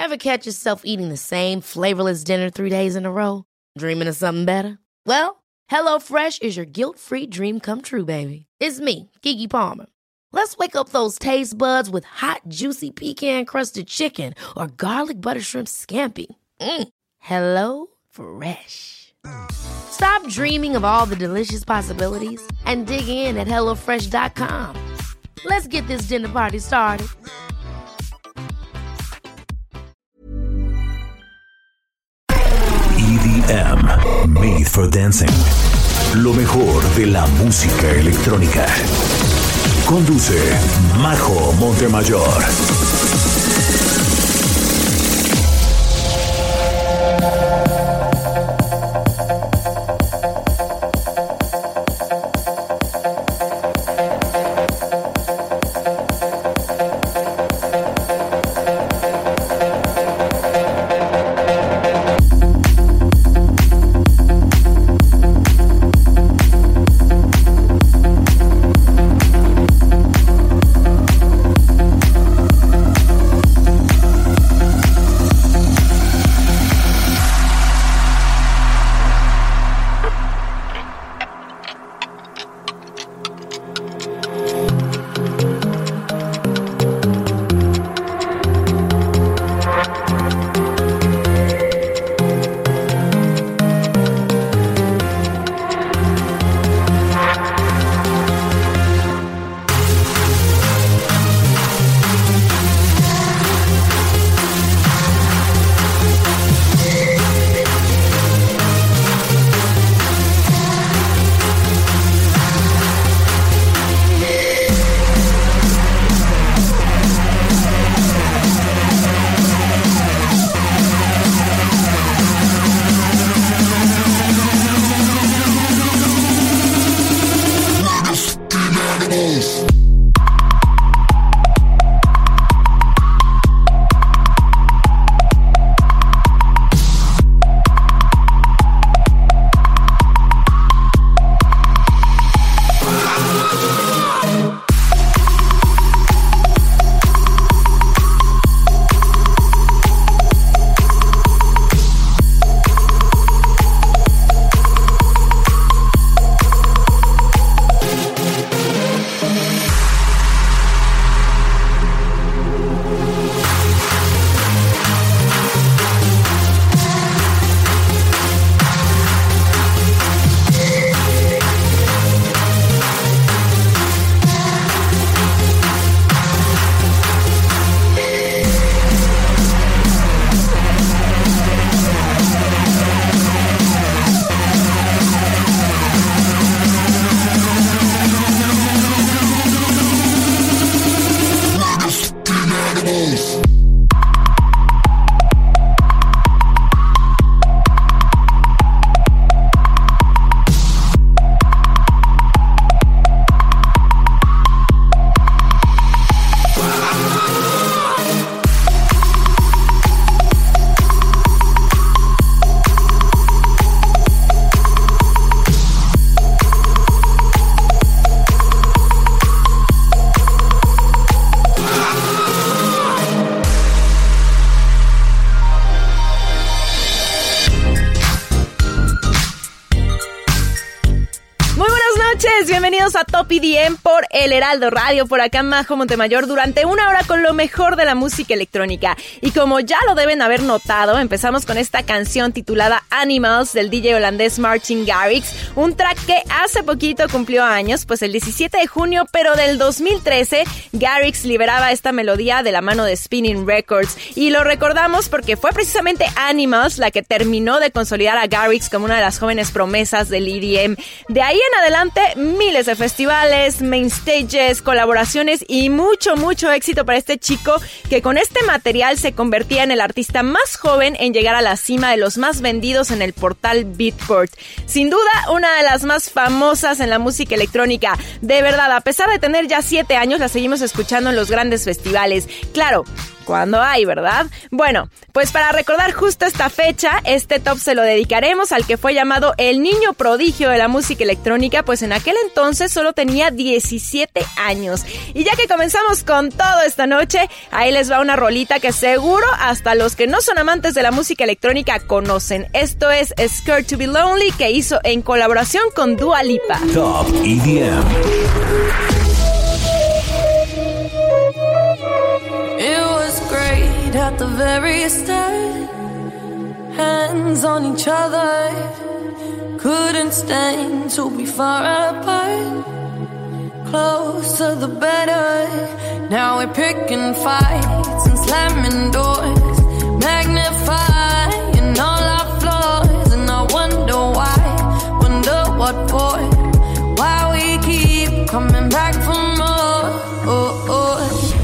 Ever catch yourself eating the same flavorless dinner 3 days in a row? Dreaming of something better? Well, HelloFresh is your guilt-free dream come true, baby. It's me, Keke Palmer. Let's wake up those taste buds with hot, juicy pecan-crusted chicken or garlic butter shrimp scampi. Hello Fresh. Stop dreaming of all the delicious possibilities and dig in at HelloFresh.com. Let's get this dinner party started. EDM, Made for Dancing. Lo mejor de la música electrónica. Conduce Majo Montemayor. Bienvenidos a Top EDM por El Heraldo Radio. Por acá Majo Montemayor durante una hora con lo mejor de la música electrónica. Y como ya lo deben haber notado, empezamos con esta canción titulada Animals del DJ holandés Martin Garrix. Un track que hace poquito cumplió años, pues el 17 de junio, pero del 2013, Garrix liberaba esta melodía de la mano de Spinning Records. Y lo recordamos porque fue precisamente Animals la que terminó de consolidar a Garrix como una de las jóvenes promesas del EDM. De ahí en adelante, miles de festivales, main stages, colaboraciones y mucho éxito para este chico que con este material se convertía en el artista más joven en llegar a la cima de los más vendidos en el portal Beatport. Sin duda, una de las más famosas en la música electrónica. De verdad, a pesar de tener ya 7 años, la seguimos escuchando en los grandes festivales. Claro, cuando hay, ¿verdad? Bueno, pues para recordar justo esta fecha, este top se lo dedicaremos al que fue llamado el niño prodigio de la música electrónica, pues en aquel entonces solo tenía 17 años. Y ya que comenzamos con todo esta noche, ahí les va una rolita que seguro hasta los que no son amantes de la música electrónica conocen. Esto es Scared to be Lonely, que hizo en colaboración con Dua Lipa. Top EDM. It was great at the very start. Hands on each other. Couldn't stand to be far apart. Closer the better. Now we're picking fights and slamming doors. Magnifying all our flaws. And I wonder why. Wonder what for. Why we keep coming back for more. Oh, oh.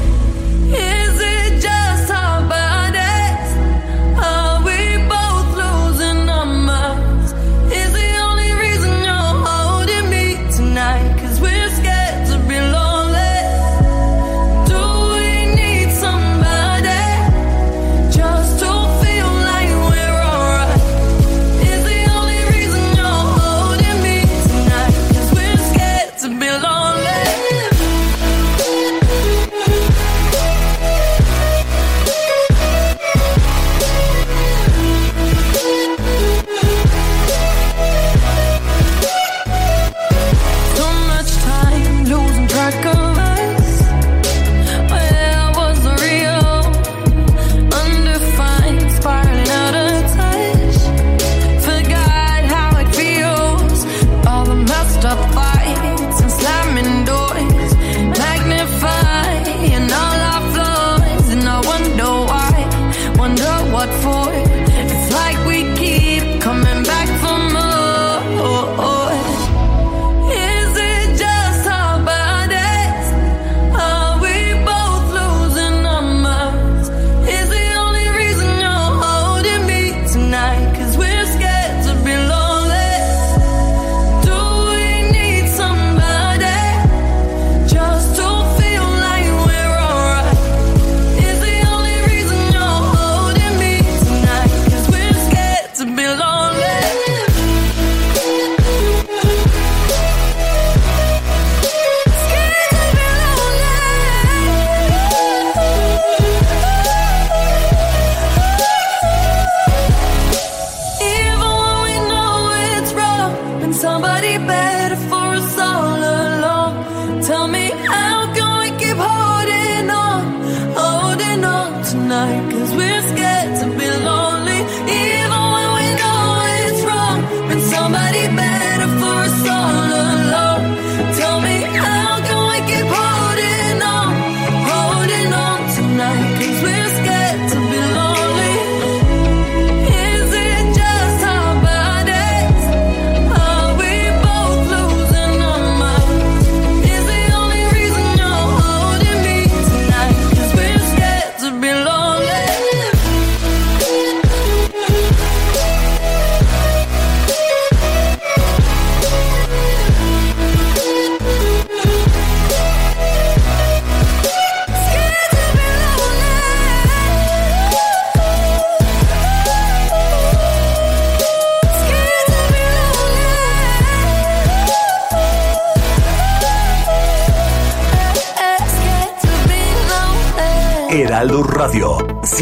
Heraldo Radio,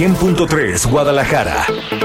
100.3 Guadalajara.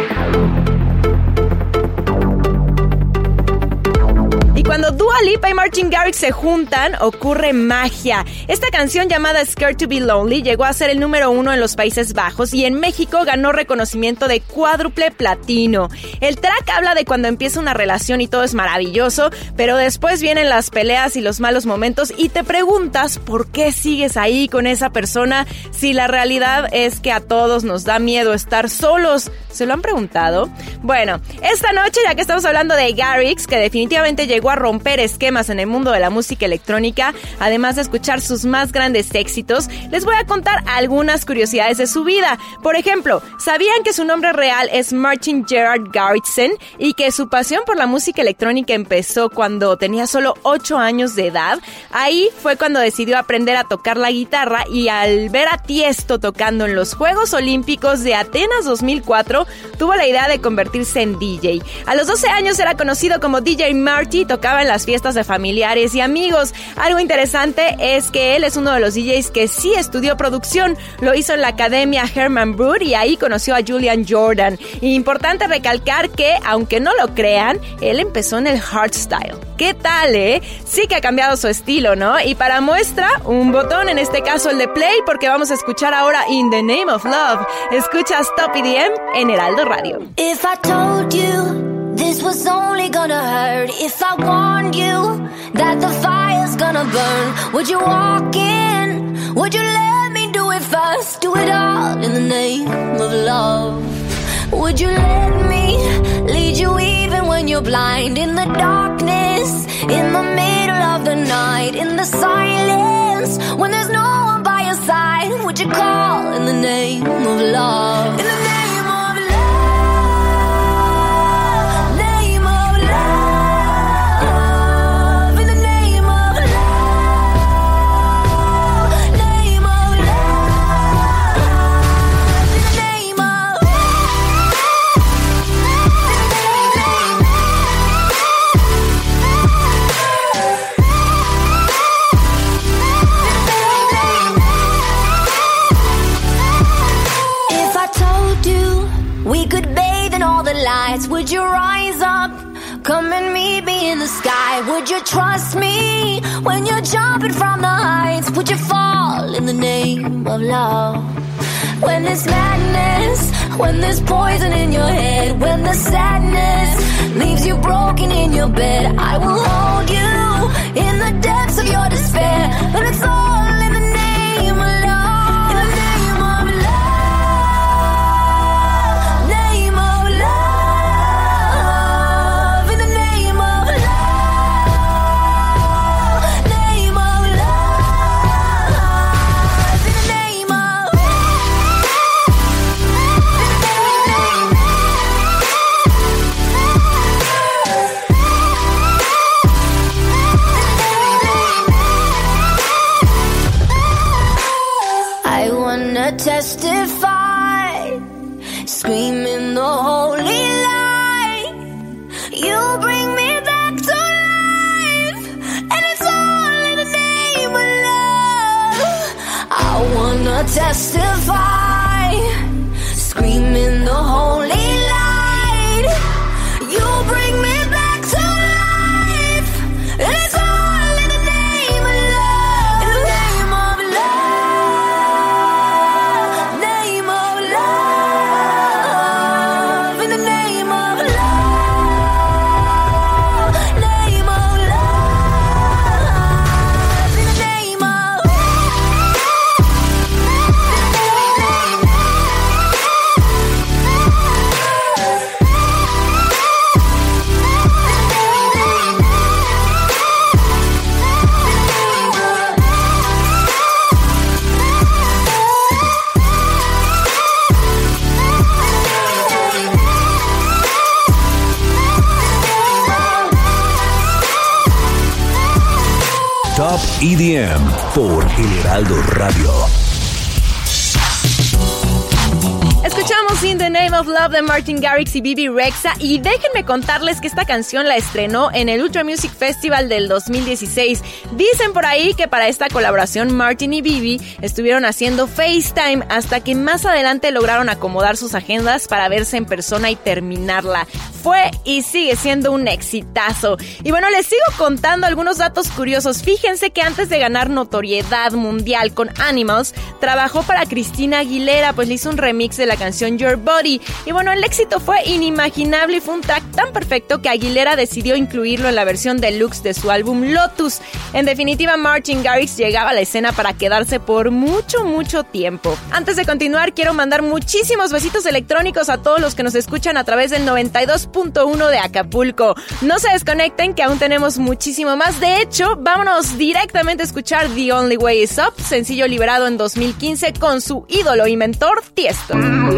Cuando Dua Lipa y Martin Garrix se juntan, ocurre magia. Esta canción llamada Scared to be Lonely llegó a ser el número 1 en los Países Bajos y en México ganó reconocimiento de cuádruple platino. El track habla de cuando empieza una relación y todo es maravilloso, pero después vienen las peleas y los malos momentos y te preguntas por qué sigues ahí con esa persona si la realidad es que a todos nos da miedo estar solos. ¿Se lo han preguntado? Bueno, esta noche, ya que estamos hablando de Garrix, que definitivamente llegó a romper esquemas en el mundo de la música electrónica, además de escuchar sus más grandes éxitos, les voy a contar algunas curiosidades de su vida. Por ejemplo, ¿sabían que su nombre real es Martin Gerard Garrison y que su pasión por la música electrónica empezó cuando tenía solo 8 años de edad? Ahí fue cuando decidió aprender a tocar la guitarra y al ver a Tiesto tocando en los Juegos Olímpicos de Atenas 2004, tuvo la idea de convertirse en DJ. A los 12 años era conocido como DJ Marty y tocaba en las fiestas de familiares y amigos. Algo interesante es que él es uno de los DJs que sí estudió producción. Lo hizo en la Academia Herman Brood y ahí conoció a Julian Jordan. Importante recalcar que, aunque no lo crean, él empezó en el hardstyle. ¿Qué tal, Sí que ha cambiado su estilo, ¿no? Y para muestra, un botón, en este caso el de play, porque vamos a escuchar ahora In the Name of Love. Escuchas Top EDM en Heraldo Radio. If I told you this was only gonna hurt, if I warned you that the fire's gonna burn, would you walk in? Would you let me do it first? Do it all in the name of love. Would you let me lead you even when you're blind? In the darkness, in the middle of the night, in the silence, when there's no one by your side, would you call in the name of love? In the name of love, name of love, in the name of love, name of love, in the name of we could bathe in all the lights. Would you rise up? Come and meet me in the sky. Would you trust me when you're jumping from the heights? Would you fall in the name of love? When there's madness, when there's poison in your head, when the sadness leaves you broken in your bed, I will hold you in the depths of your despair. And it's all in the name of love. In the name of love, name of love, in the name of love, name of love, in the name of I wanna testify, screaming the holy light. You bring me back to life, and it's all in the name of love. I wanna testify, screaming the holy light. You bring me back to life, and it's all in the name of love. In the name of love, name of love, in the name of love, name of love, in the name of Top EDM por El Heraldo Radio. Escuchamos In the Name of Love de Martin Garrix y Bebe Rexha, y déjenme contarles que esta canción la estrenó en el Ultra Music Festival del 2016. Dicen por ahí que para esta colaboración Martin y Bebe estuvieron haciendo FaceTime hasta que más adelante lograron acomodar sus agendas para verse en persona y terminarla. Fue y sigue siendo un exitazo. Y bueno, les sigo contando algunos datos curiosos. Fíjense que antes de ganar notoriedad mundial con Animals, trabajó para Christina Aguilera, pues le hizo un remix de la canción Your Body. Y bueno, el éxito fue inimaginable y fue un track tan tan perfecto que Aguilera decidió incluirlo en la versión deluxe de su álbum Lotus. En definitiva, Martin Garrix llegaba a la escena para quedarse por mucho, mucho tiempo. Antes de continuar, quiero mandar muchísimos besitos electrónicos a todos los que nos escuchan a través del 92.1 de Acapulco. No se desconecten, que aún tenemos muchísimo más. De hecho, vámonos directamente a escuchar The Only Way Is Up, sencillo liberado en 2015 con su ídolo y mentor Tiesto.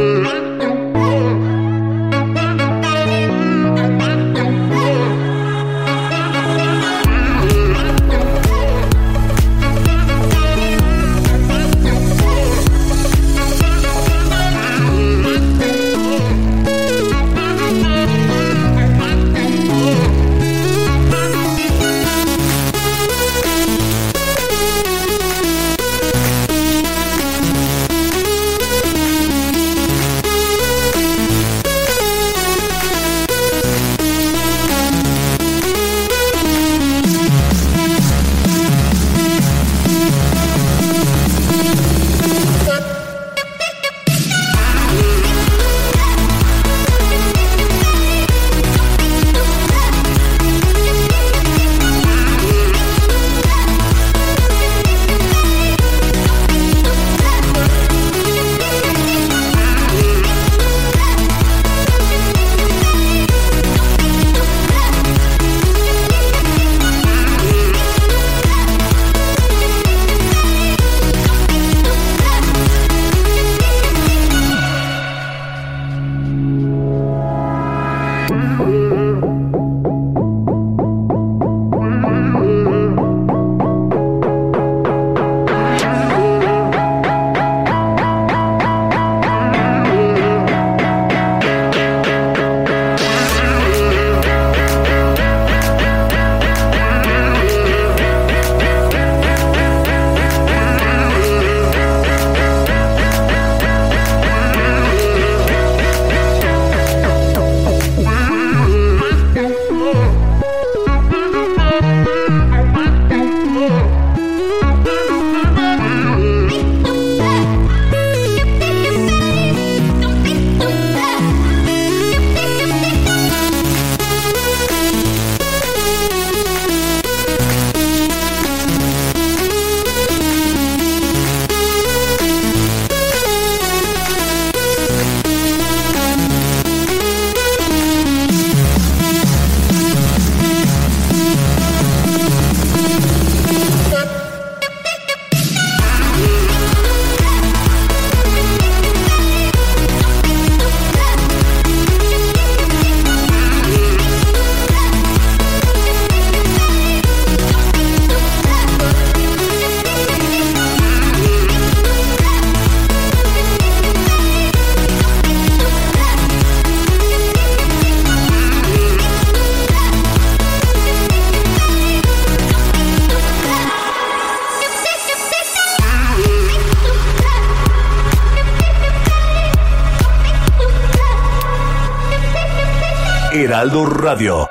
Heraldo Radio,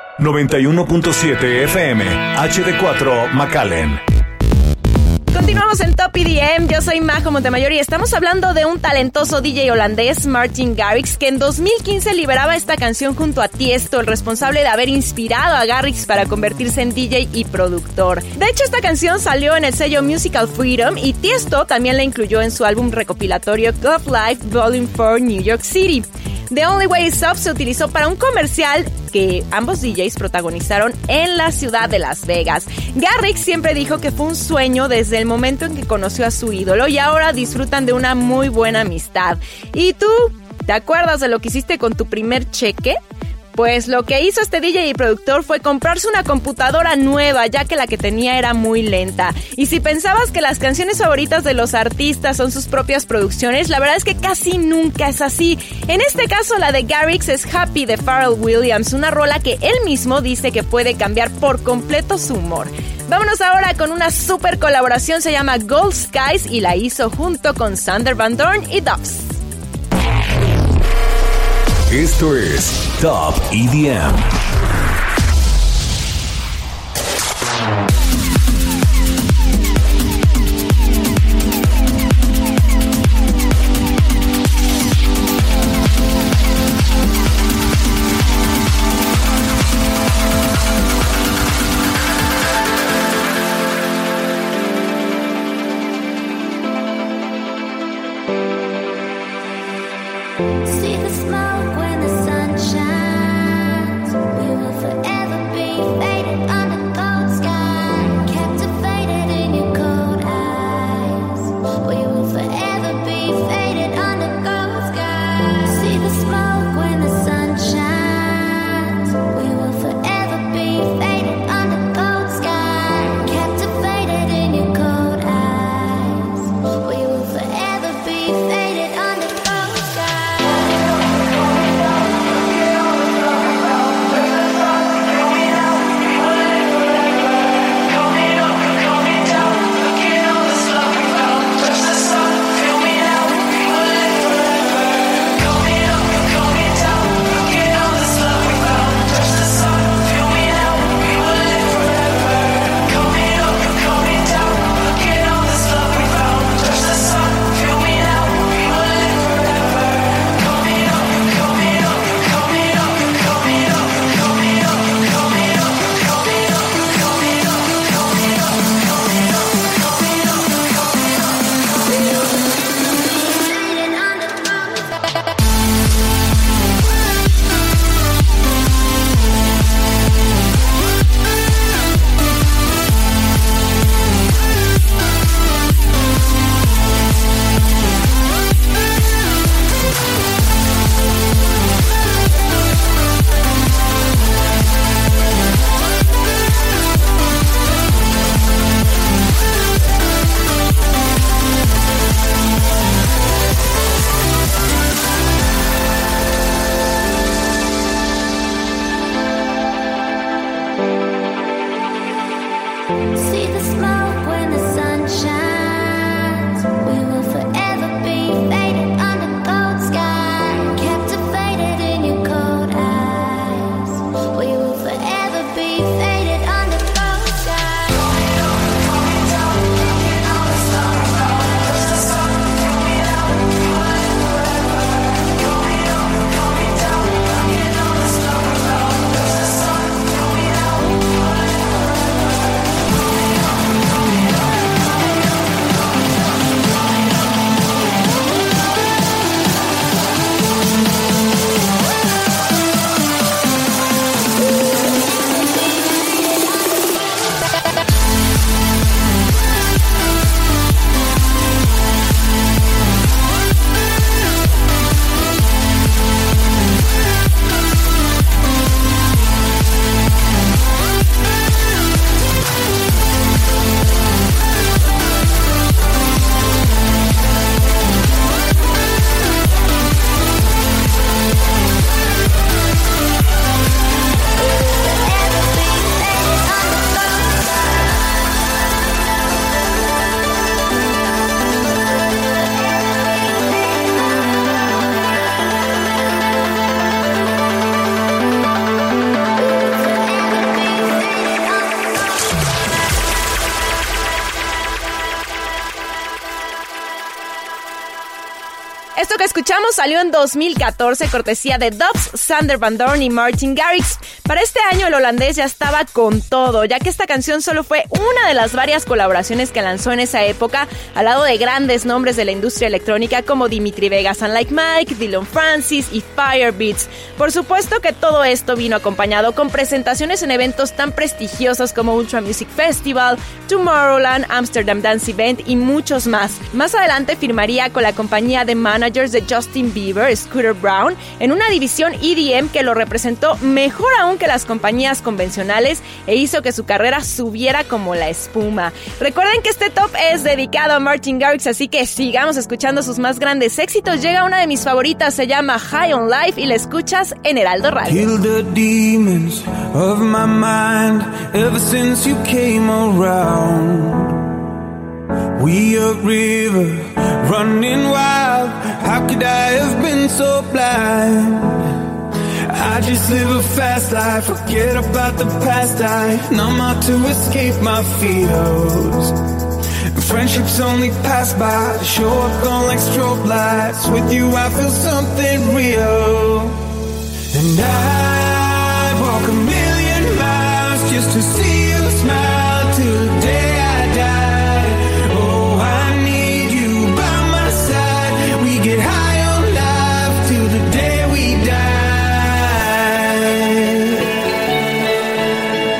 91.7 FM, HD4 McAllen. Continuamos en Top EDM, yo soy Majo Montemayor y estamos hablando de un talentoso DJ holandés, Martin Garrix, que en 2015 liberaba esta canción junto a Tiesto, el responsable de haber inspirado a Garrix para convertirse en DJ y productor. De hecho, esta canción salió en el sello Musical Freedom y Tiesto también la incluyó en su álbum recopilatorio Club Life Volume 4 New York City. The Only Way Is Up se utilizó para un comercial que ambos DJs protagonizaron en la ciudad de Las Vegas. Garrix siempre dijo que fue un sueño desde el momento en que conoció a su ídolo y ahora disfrutan de una muy buena amistad. ¿Y tú? ¿Te acuerdas de lo que hiciste con tu primer cheque? Pues lo que hizo este DJ y productor fue comprarse una computadora nueva, ya que la que tenía era muy lenta. Y si pensabas que las canciones favoritas de los artistas son sus propias producciones, la verdad es que casi nunca es así. En este caso, la de Garrix es Happy de Pharrell Williams, una rola que él mismo dice que puede cambiar por completo su humor. Vámonos ahora con una super colaboración, se llama Gold Skies y la hizo junto con Sander Van Doorn y Dubs. Esto es Top EDM. faded under cold sky, captivated in your cold eyes. We will forever be faded under cold sky. See the smoke when the sun shines. We will forever be faded under cold sky, captivated in your cold eyes. We will forever be faded under cold sky. See the smoke when the sun shines. We will forever be faded under cold sky, captivated in your cold eyes. We will forever be faded under cold sky. Esto que escuchamos salió en 2014, cortesía de Dubs, Sander Van Doorn y Martin Garrix. Para este año el holandés ya estaba con todo, ya que esta canción solo fue una de las varias colaboraciones que lanzó en esa época, al lado de grandes nombres de la industria electrónica como Dimitri Vegas and Like Mike, Dillon Francis y Firebeatz. Por supuesto que todo esto vino acompañado con presentaciones en eventos tan prestigiosos como Ultra Music Festival, Tomorrowland, Amsterdam Dance Event y muchos más. Más adelante firmaría con la compañía de managers de Justin Bieber, Scooter Braun, en una división EDM que lo representó mejor aún que las compañías convencionales e hizo que su carrera subiera como la espuma. Recuerden que este top es dedicado a Martin Garrix, así que sigamos escuchando sus más grandes éxitos. Llega una de mis favoritas, se llama High on Life y la escuchas en Heraldo Radio. Kill the demons of my mind ever since you came around. We a river running wild. How could I have been so blind? I just live a fast life, forget about the past. I numb out to escape my fears. Friendships only pass by, show up on like strobe lights. With you I feel something real. And I walk a million miles just to see you smile till the day I die. Oh, I need you by my side. We get high on life till the day we die.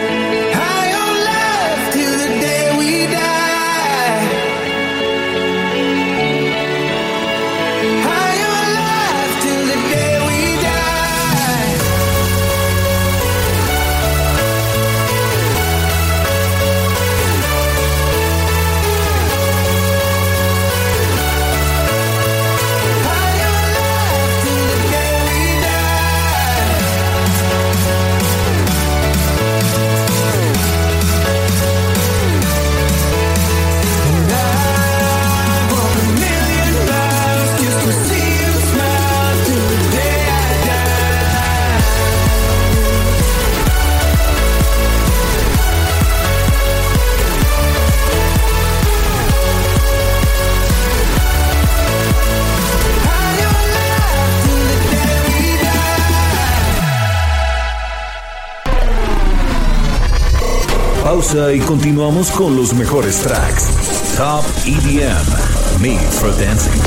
pausa y continuamos con los mejores tracks. Top EDM, made for dancing.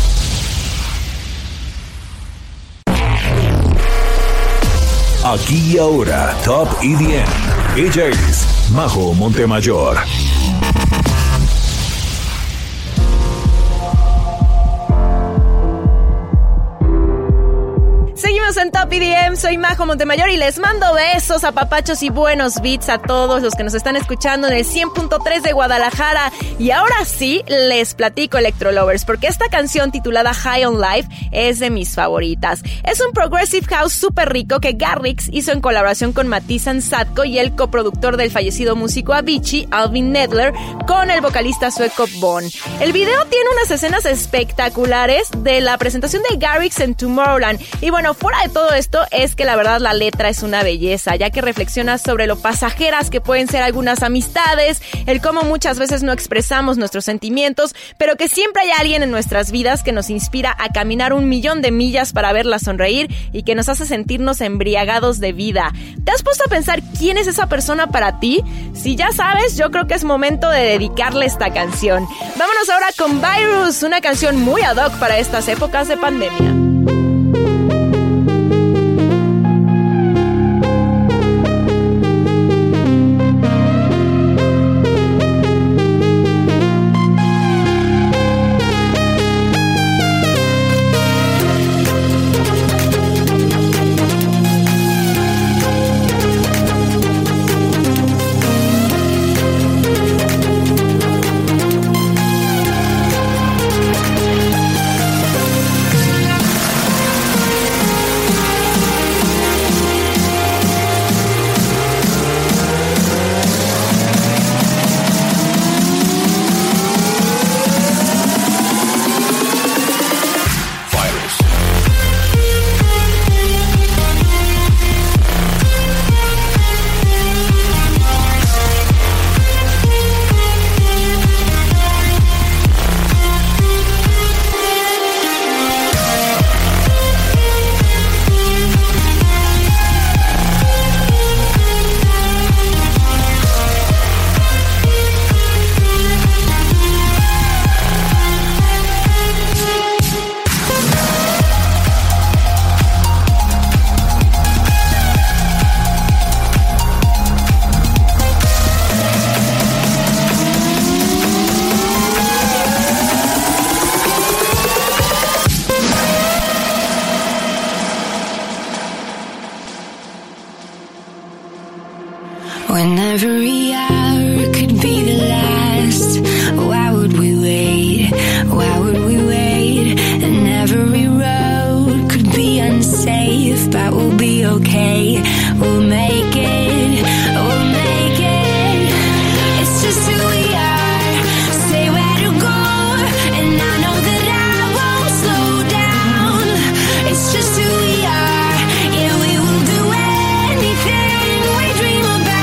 Aquí y ahora, Top EDM. Ella es Majo Montemayor. Seguimos en Top EDM, soy Majo Montemayor y les mando besos, apapachos y buenos beats a todos los que nos están escuchando en el 100.3 de Guadalajara. Y ahora sí, les platico Electrolovers, porque esta canción titulada High on Life es de mis favoritas. Es un progressive house súper rico que Garrix hizo en colaboración con Matizan Sadko y el coproductor del fallecido músico Avicii, Alvin Nedler, con el vocalista sueco Bon. El video tiene unas escenas espectaculares de la presentación de Garrix en Tomorrowland. Y bueno, fuera de todo esto es que la verdad la letra es una belleza, ya que reflexiona sobre lo pasajeras que pueden ser algunas amistades, el cómo muchas veces no expresamos nuestros sentimientos, pero que siempre hay alguien en nuestras vidas que nos inspira a caminar 1,000,000 de millas para verla sonreír y que nos hace sentirnos embriagados de vida. ¿Te has puesto a pensar quién es esa persona para ti? Si ya sabes, yo creo que es momento de dedicarle esta canción. Vámonos ahora con Virus, una canción muy ad hoc para estas épocas de pandemia. When every hour could be the last, why would we wait? Why would we wait? And every road could be unsafe, but we'll be okay. We'll make it. We'll make it. It's just who we are. Say where to go, and I know that I won't slow down. It's just who we are. Yeah, we will do anything we dream about.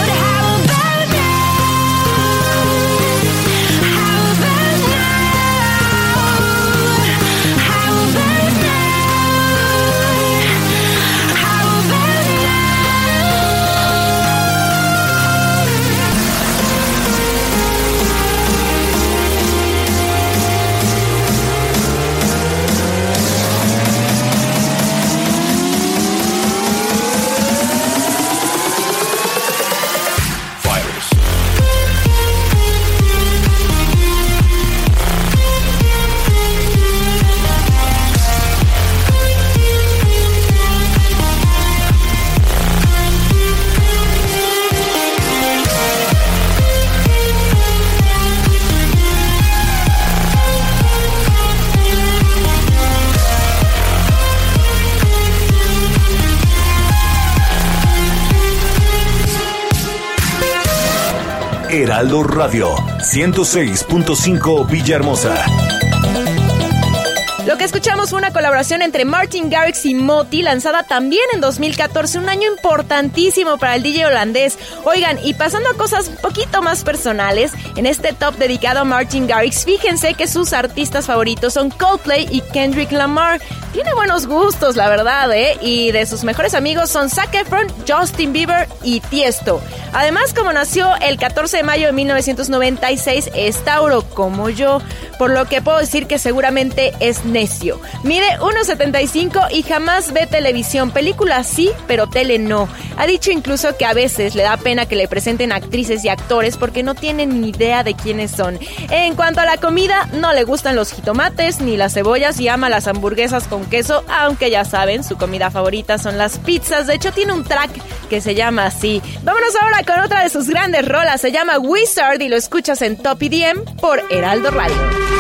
Heraldo Radio, 106.5 Villahermosa. Lo que escuchamos fue una colaboración entre Martin Garrix y Moti, lanzada también en 2014, un año importantísimo para el DJ holandés. Oigan, y pasando a cosas un poquito más personales, en este top dedicado a Martin Garrix, fíjense que sus artistas favoritos son Coldplay y Kendrick Lamar. Tiene buenos gustos, la verdad, y de sus mejores amigos son Zac Efron, Justin Bieber y Tiesto. Además, como nació el 14 de mayo de 1996, es Tauro, como yo, por lo que puedo decir que seguramente es necio. Mide 1.75 y jamás ve televisión. Películas sí, pero tele no. Ha dicho incluso que a veces le da pena que le presenten actrices y actores porque no tienen ni idea de quiénes son. En cuanto a la comida, no le gustan los jitomates ni las cebollas y ama las hamburguesas con queso, aunque ya saben, su comida favorita son las pizzas. De hecho, tiene un track que se llama así. Vámonos ahora con otra de sus grandes rolas. Se llama Wizard y lo escuchas en Top EDM por Heraldo Radio.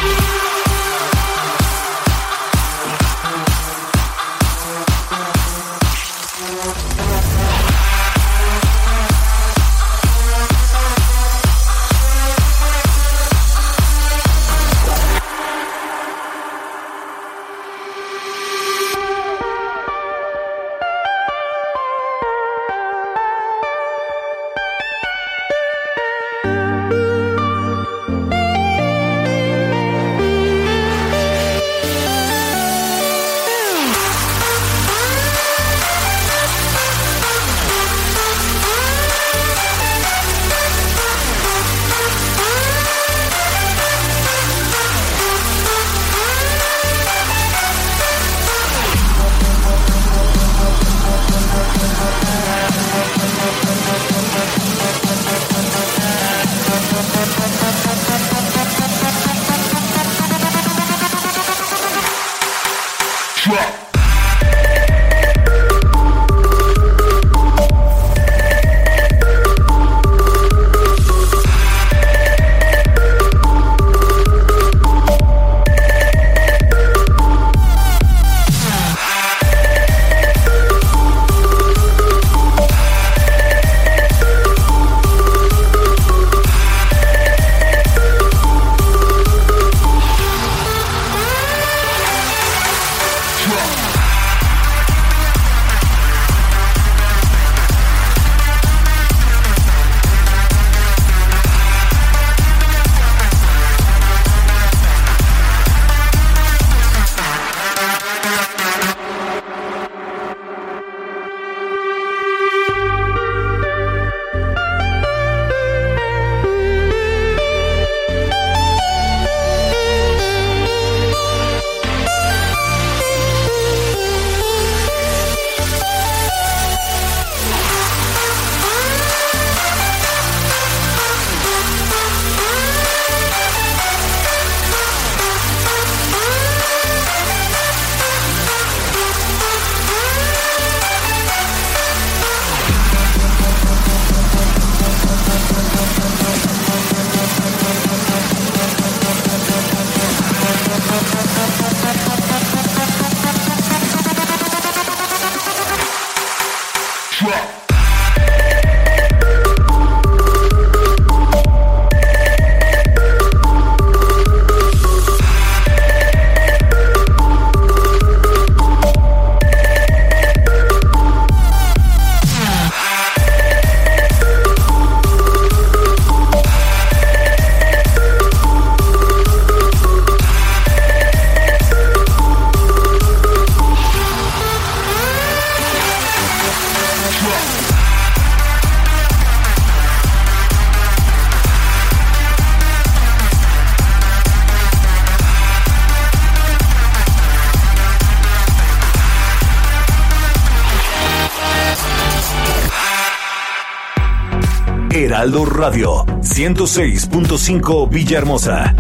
Heraldo Radio, 106.5 Villahermosa.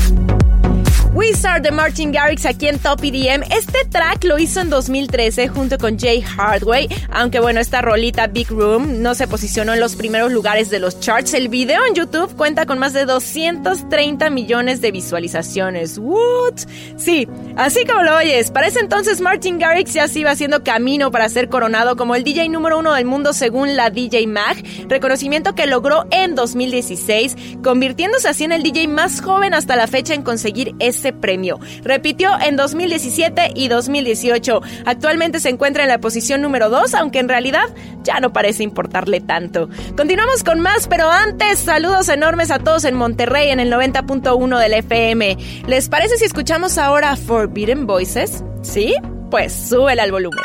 Wizard de Martin Garrix aquí en Top EDM. Este track lo hizo en 2013 junto con Jay Hardway, aunque bueno, esta rolita Big Room no se posicionó en los primeros lugares de los charts. El video en YouTube cuenta con más de 230 millones de visualizaciones. ¿What? Sí, así como lo oyes. Para ese entonces Martin Garrix ya se iba haciendo camino para ser coronado como el DJ número 1 del mundo según la DJ Mag, reconocimiento que logró en 2016, convirtiéndose así en el DJ más joven hasta la fecha en conseguir ese ese premio. Repitió en 2017 y 2018. Actualmente se encuentra en la posición número 2, aunque en realidad ya no parece importarle tanto. Continuamos con más, pero antes, saludos enormes a todos en Monterrey en el 90.1 del FM. ¿Les parece si escuchamos ahora Forbidden Voices? ¿Sí? Pues súbele al volumen.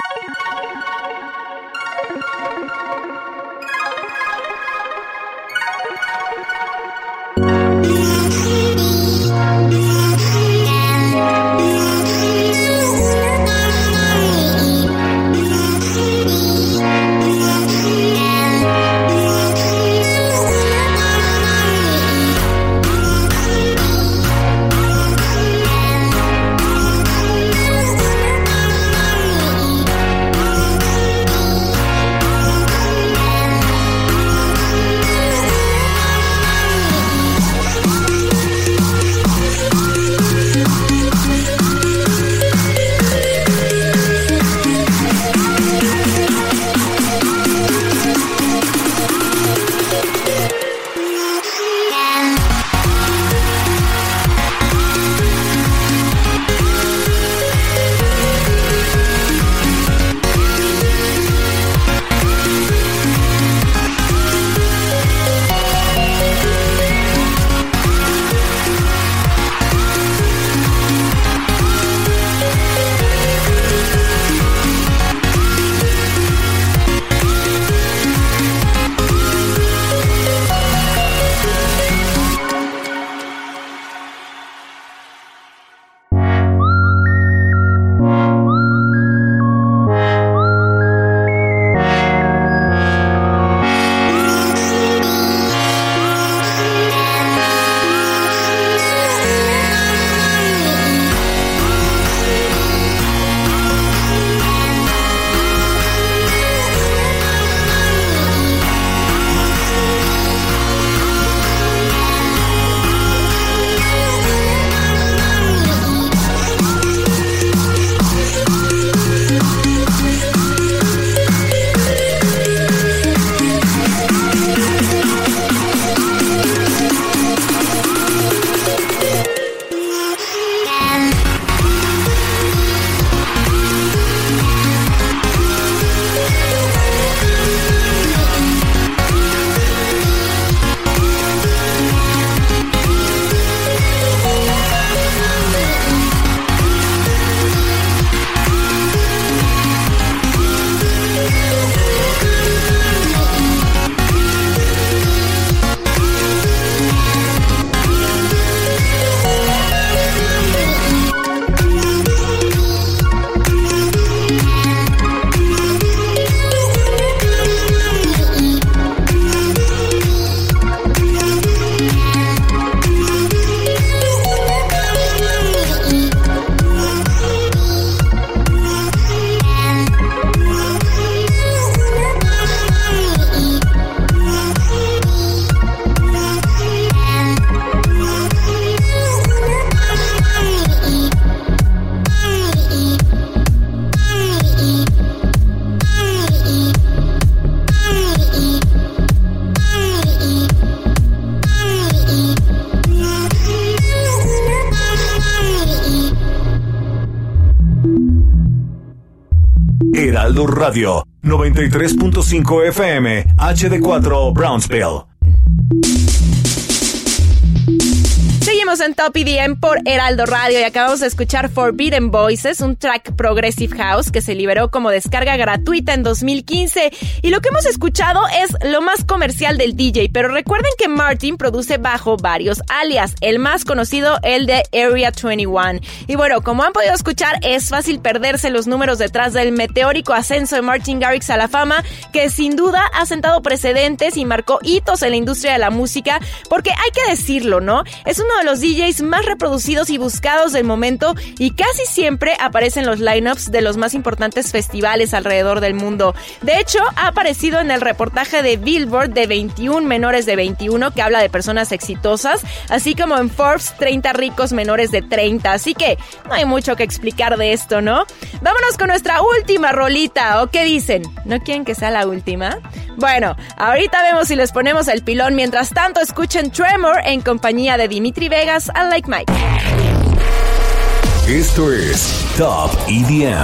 Heraldo Radio, 93.5 FM, HD4 Brownsville. Seguimos en Top EDM por Heraldo Radio y acabamos de escuchar Forbidden Voices, un track Progressive House que se liberó como descarga gratuita en 2015. Y lo que hemos escuchado es lo más comercial del DJ, pero recuerden que Martin produce bajo varios alias, el más conocido, el de Area 21. Y bueno, como han podido escuchar, es fácil perderse los números detrás del meteórico ascenso de Martin Garrix a la fama, que sin duda ha sentado precedentes y marcó hitos en la industria de la música, porque hay que decirlo, ¿no? Es uno de los DJs más reproducidos y buscados del momento y casi siempre aparece en los lineups de los más importantes festivales alrededor del mundo. De hecho, ha aparecido en el reportaje de Billboard de 21 menores de 21 que habla de personas exitosas, así como en Forbes 30 ricos menores de 30, así que no hay mucho que explicar de esto, ¿no? Vámonos con nuestra última rolita, ¿o qué dicen? ¿No quieren que sea la última? Bueno, ahorita vemos si les ponemos el pilón. Mientras tanto, escuchen Tremor en compañía de Dimitri Vegas and Like Mike. Esto es Top EDM.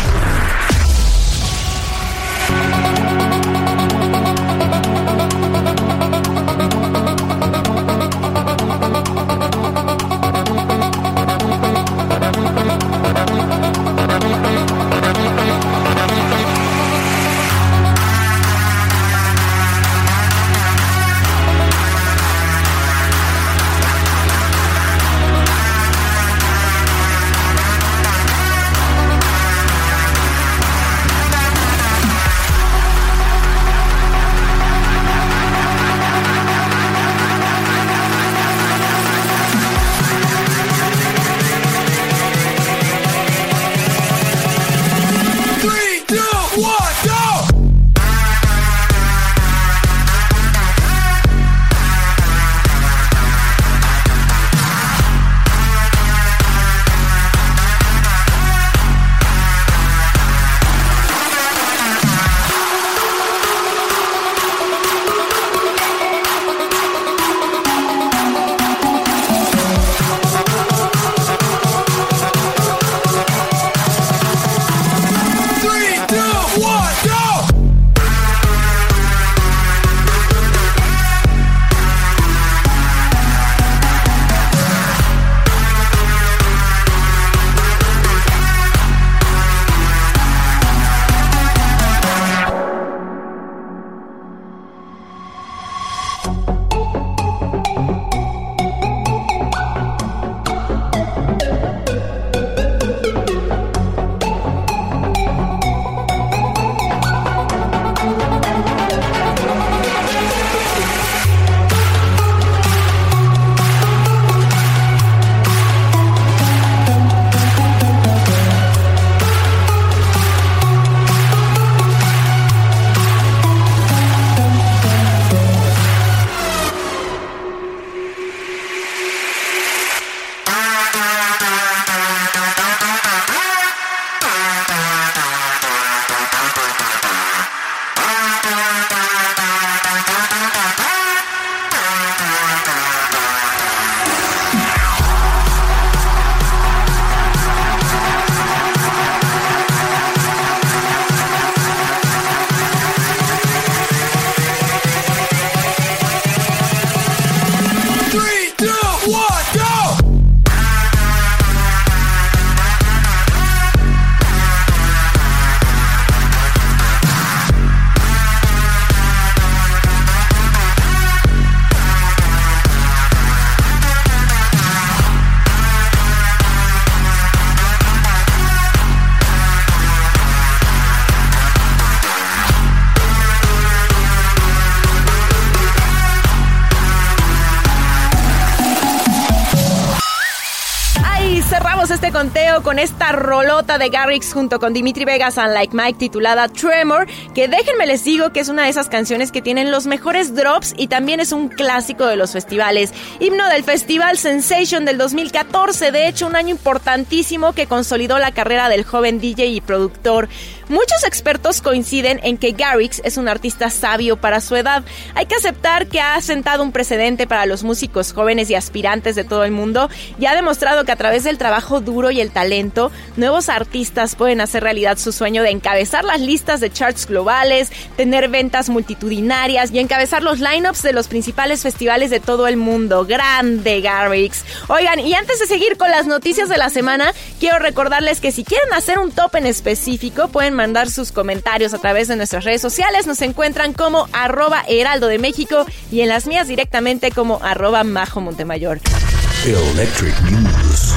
Este conteo con esta rolota de Garrix junto con Dimitri Vegas and Like Mike titulada Tremor, que déjenme les digo que es una de esas canciones que tienen los mejores drops y también es un clásico de los festivales. Himno del Festival Sensation del 2014, de hecho un año importantísimo que consolidó la carrera del joven DJ y productor. Muchos expertos coinciden en que Garrix es un artista sabio para su edad. Hay que aceptar que ha sentado un precedente para los músicos jóvenes y aspirantes de todo el mundo y ha demostrado que a través del trabajo duro y el talento, nuevos artistas pueden hacer realidad su sueño de encabezar las listas de charts globales, tener ventas multitudinarias y encabezar los lineups de los principales festivales de todo el mundo. ¡Grande Garrix! Oigan, y antes de seguir con las noticias de la semana, quiero recordarles que si quieren hacer un top en específico, pueden mandar sus comentarios a través de nuestras redes sociales. Nos encuentran como @Heraldo de México y en las mías directamente como @Majo Montemayor. Electric News.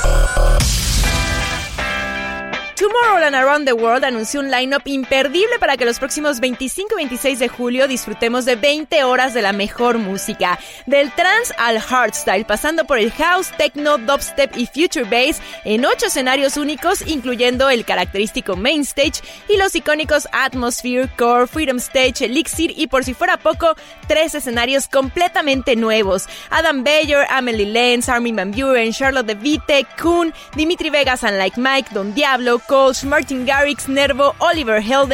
Tomorrowland Around the World anunció un line-up imperdible para que los próximos 25 y 26 de julio disfrutemos de 20 horas de la mejor música. Del trance al hardstyle, pasando por el house, techno, dubstep y future bass en 8 escenarios únicos, incluyendo el característico Main Stage y los icónicos Atmosphere, Core, Freedom Stage, Elixir y, por si fuera poco, 3 escenarios completamente nuevos. Adam Beyer, Amelie Lenz, Armin van Buuren, Charlotte de Witte, Koen, Dimitri Vegas and Like Mike, Don Diablo, Colch, Martin Garrix, Nervo, Oliver Heldens,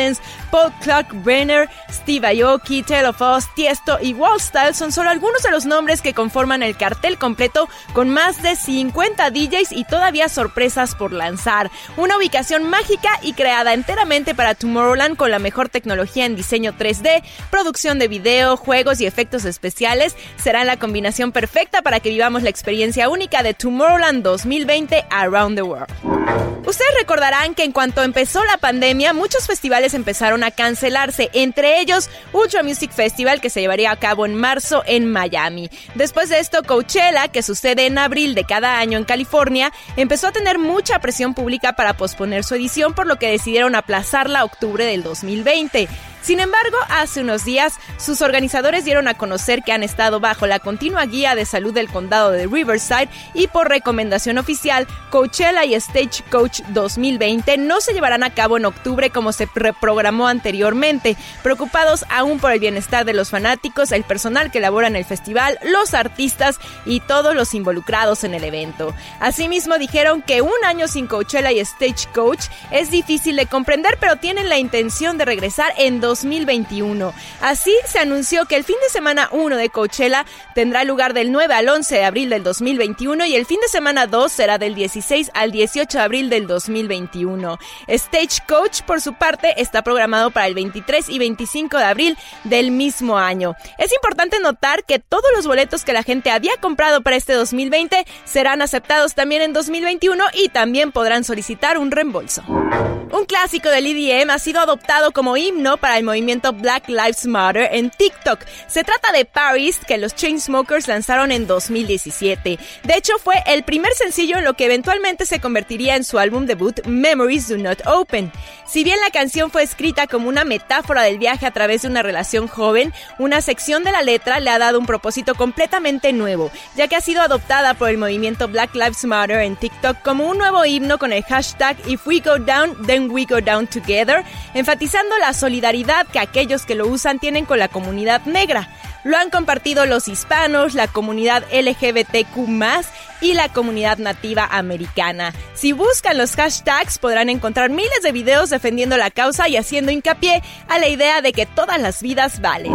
Paul Kalkbrenner, Steve Aoki, Tale of Us, Tiesto y Wallstyle son solo algunos de los nombres que conforman el cartel completo, con más de 50 DJs y todavía sorpresas por lanzar. Una ubicación mágica y creada enteramente para Tomorrowland, con la mejor tecnología en diseño 3D, producción de video, juegos y efectos especiales. Será la combinación perfecta para que vivamos la experiencia única de Tomorrowland 2020 Around the World. Ustedes recordarán que en cuanto empezó la pandemia, muchos festivales empezaron a cancelarse, entre ellos Ultra Music Festival, que se llevaría a cabo en marzo en Miami. Después de esto, Coachella, que sucede en abril de cada año en California, empezó a tener mucha presión pública para posponer su edición, por lo que decidieron aplazarla a octubre del 2020. Sin embargo, hace unos días, sus organizadores dieron a conocer que han estado bajo la continua guía de salud del condado de Riverside y por recomendación oficial, Coachella y Stagecoach 2020 no se llevarán a cabo en octubre como se reprogramó anteriormente, preocupados aún por el bienestar de los fanáticos, el personal que labora en el festival, los artistas y todos los involucrados en el evento. Asimismo, dijeron que un año sin Coachella y Stagecoach es difícil de comprender, pero tienen la intención de regresar en 2021. Así se anunció que el fin de semana 1 de Coachella tendrá lugar del 9 al 11 de abril del 2021 y el fin de semana 2 será del 16 al 18 de abril del 2021. Stagecoach, por su parte, está programado para el 23 y 25 de abril del mismo año. Es importante notar que todos los boletos que la gente había comprado para este 2020 serán aceptados también en 2021 y también podrán solicitar un reembolso. Un clásico del EDM ha sido adoptado como himno para el movimiento Black Lives Matter en TikTok. Se trata de Paris, que los Chainsmokers lanzaron en 2017. De hecho, fue el primer sencillo en lo que eventualmente se convertiría en su álbum debut Memories Do Not Open. Si bien la canción fue escrita como una metáfora del viaje a través de una relación joven, una sección de la letra le ha dado un propósito completamente nuevo, ya que ha sido adoptada por el movimiento Black Lives Matter en TikTok como un nuevo himno con el hashtag If We Go Down, Then We Go Down Together, enfatizando la solidaridad que aquellos que lo usan tienen con la comunidad negra. Lo han compartido los hispanos, la comunidad LGBTQ+, y la comunidad nativa americana. Si buscan los hashtags podrán encontrar miles de videos defendiendo la causa y haciendo hincapié a la idea de que todas las vidas valen.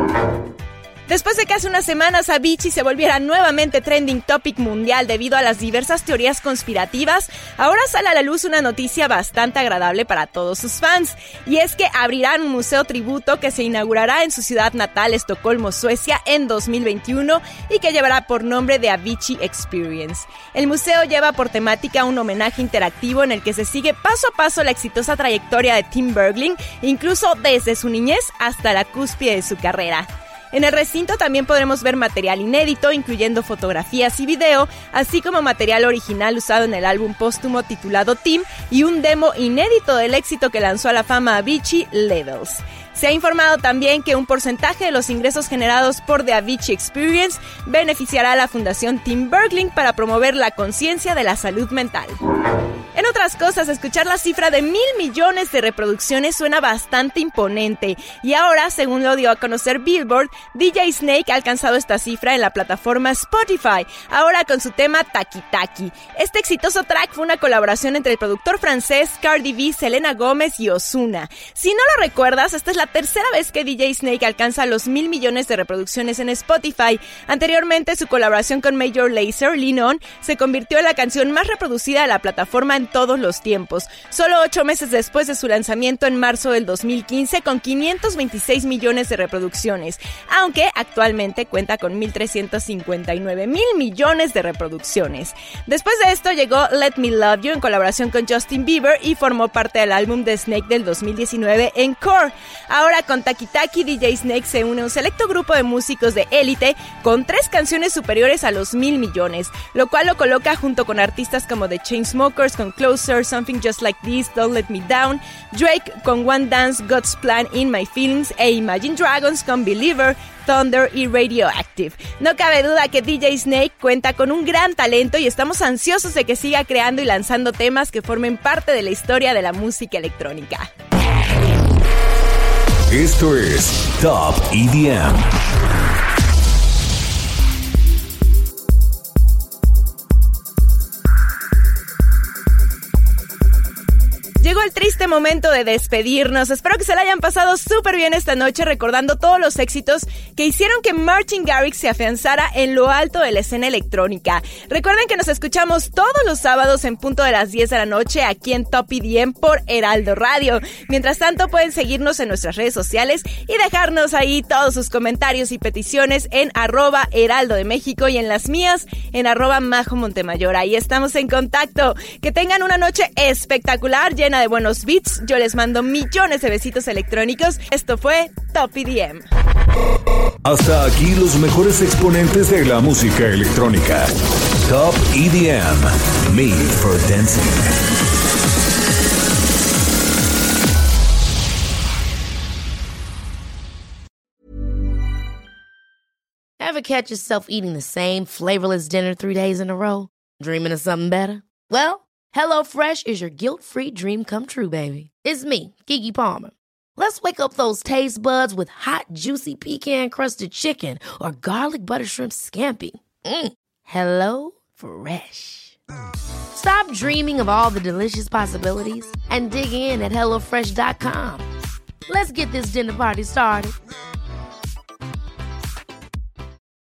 Después de que hace unas semanas Avicii se volviera nuevamente trending topic mundial debido a las diversas teorías conspirativas, ahora sale a la luz una noticia bastante agradable para todos sus fans, y es que abrirán un museo tributo que se inaugurará en su ciudad natal, Estocolmo, Suecia, en 2021 y que llevará por nombre The Avicii Experience. El museo lleva por temática un homenaje interactivo en el que se sigue paso a paso la exitosa trayectoria de Tim Bergling, incluso desde su niñez hasta la cúspide de su carrera. En el recinto también podremos ver material inédito, incluyendo fotografías y video, así como material original usado en el álbum póstumo titulado Tim y un demo inédito del éxito que lanzó a la fama Avicii, Levels. Se ha informado también que un porcentaje de los ingresos generados por The Avicii Experience beneficiará a la Fundación Tim Bergling para promover la conciencia de la salud mental. En otras cosas, escuchar la cifra de 1,000 millones de reproducciones suena bastante imponente, y ahora, según lo dio a conocer Billboard, DJ Snake ha alcanzado esta cifra en la plataforma Spotify, ahora con su tema Taki Taki. Este exitoso track fue una colaboración entre el productor francés Cardi B, Selena Gómez y Ozuna. Si no lo recuerdas, esta es la tercera vez que DJ Snake alcanza los 1,000 millones de reproducciones en Spotify. Anteriormente, su colaboración con Major Lazer, Lean On, se convirtió en la canción más reproducida de la plataforma en todos los tiempos, solo 8 meses después de su lanzamiento en marzo del 2015 con 526 millones de reproducciones, aunque actualmente cuenta con 1,359 millones de reproducciones. Después de esto llegó Let Me Love You en colaboración con Justin Bieber y formó parte del álbum de Snake del 2019 Encore. Ahora con Taki Taki, DJ Snake se une a un selecto grupo de músicos de élite con 3 canciones superiores a los 1,000 millones, lo cual lo coloca junto con artistas como The Chainsmokers con Closer, Something Just Like This, Don't Let Me Down, Drake con One Dance, God's Plan, In My Feelings e Imagine Dragons con Believer, Thunder y Radioactive. No cabe duda que DJ Snake cuenta con un gran talento y estamos ansiosos de que siga creando y lanzando temas que formen parte de la historia de la música electrónica. Esto es Top EDM. Llegó el triste momento de despedirnos. Espero que se la hayan pasado súper bien esta noche recordando todos los éxitos que hicieron que Martin Garrix se afianzara en lo alto de la escena electrónica. Recuerden que nos escuchamos todos los sábados en punto de las 10 de la noche aquí en Top EDM por Heraldo Radio. Mientras tanto, pueden seguirnos en nuestras redes sociales y dejarnos ahí todos sus comentarios y peticiones en @Heraldo de México y en las mías en @Majo Montemayor. Ahí estamos en contacto. Que tengan una noche espectacular, llena de buenos beats. Yo les mando millones de besitos electrónicos. Esto fue Top EDM. Hasta aquí los mejores exponentes de la música electrónica. Top EDM, Made for Dancing. Ever catch yourself eating the same flavorless dinner 3 days in a row? Dreaming of something better? Well, HelloFresh is your guilt-free dream come true, baby. It's me, Keke Palmer. Let's wake up those taste buds with hot, juicy pecan-crusted chicken or garlic butter shrimp scampi. Hello Fresh. Stop dreaming of all the delicious possibilities and dig in at HelloFresh.com. Let's get this dinner party started.